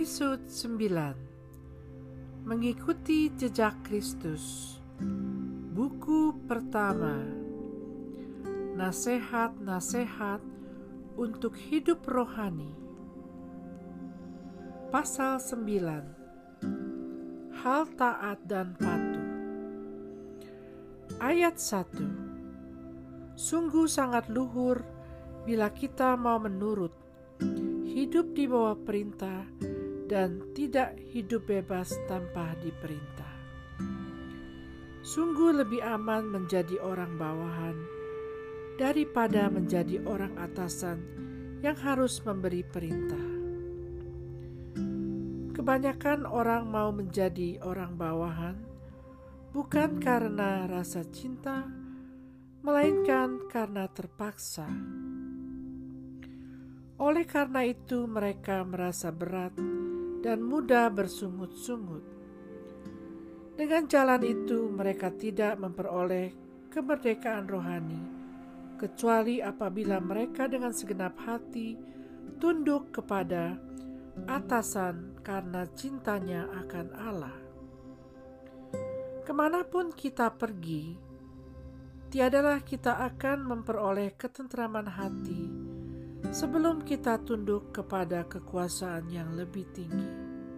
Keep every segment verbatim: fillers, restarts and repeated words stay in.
Episode sembilan. Mengikuti Jejak Kristus. Buku pertama. Nasihat-nasihat untuk hidup rohani. Pasal sembilan. Hal taat dan patuh. Ayat satu. Sungguh sangat luhur bila kita mau menurut, hidup di bawah perintah dan tidak hidup bebas tanpa diperintah. Sungguh lebih aman menjadi orang bawahan daripada menjadi orang atasan yang harus memberi perintah. Kebanyakan orang mau menjadi orang bawahan bukan karena rasa cinta, melainkan karena terpaksa. Oleh karena itu mereka merasa berat dan mudah bersungut-sungut. Dengan jalan itu mereka tidak memperoleh kemerdekaan rohani, kecuali apabila mereka dengan segenap hati tunduk kepada atasan karena cintanya akan Allah. Kemanapun kita pergi, tiadalah kita akan memperoleh ketentraman hati sebelum kita tunduk kepada kekuasaan yang lebih tinggi.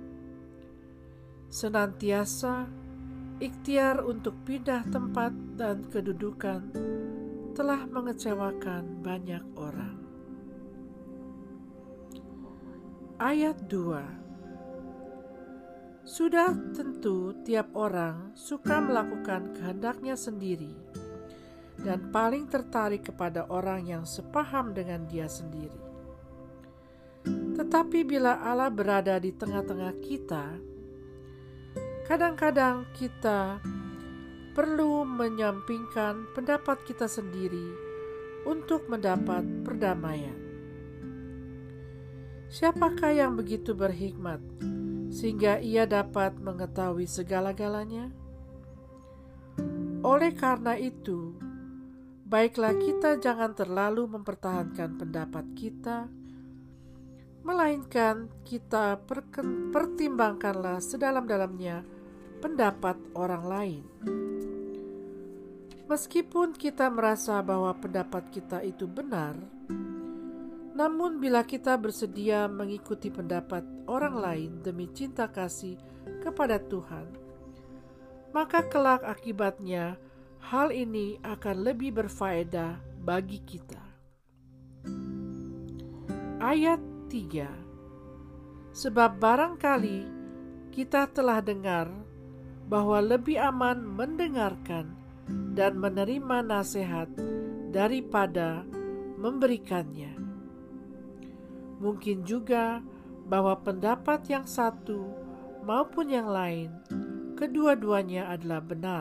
Senantiasa ikhtiar untuk pindah tempat dan kedudukan telah mengecewakan banyak orang. Ayat dua. Sudah tentu tiap orang suka melakukan kehendaknya sendiri dan paling tertarik kepada orang yang sepaham dengan dia sendiri. Tetapi bila Allah berada di tengah-tengah kita, kadang-kadang kita perlu menyampingkan pendapat kita sendiri untuk mendapat perdamaian. Siapakah yang begitu berhikmat sehingga ia dapat mengetahui segala-galanya? Oleh karena itu, baiklah kita jangan terlalu mempertahankan pendapat kita, melainkan kita perken, pertimbangkanlah sedalam-dalamnya pendapat orang lain. Meskipun kita merasa bahwa pendapat kita itu benar, namun bila kita bersedia mengikuti pendapat orang lain demi cinta kasih kepada Tuhan, maka kelak akibatnya hal ini akan lebih berfaedah bagi kita. Ayat tiga. Sebab barangkali kita telah dengar bahwa lebih aman mendengarkan dan menerima nasihat daripada memberikannya. Mungkin juga bahwa pendapat yang satu maupun yang lain, kedua-duanya adalah benar.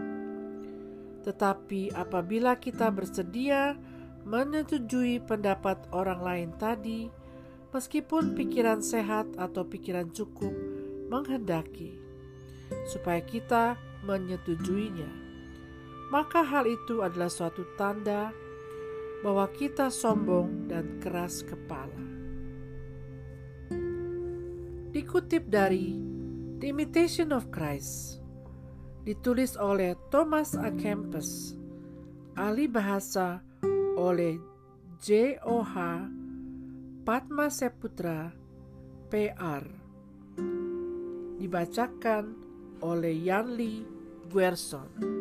Tetapi apabila kita bersedia menyetujui pendapat orang lain tadi, meskipun pikiran sehat atau pikiran cukup menghendaki, supaya kita menyetujuinya, maka hal itu adalah suatu tanda bahwa kita sombong dan keras kepala. Dikutip dari The Imitation of Christ, ditulis oleh Thomas A. Kempis, ahli bahasa oleh J O H Padmaseputra P R, dibacakan oleh Yanli Guerson.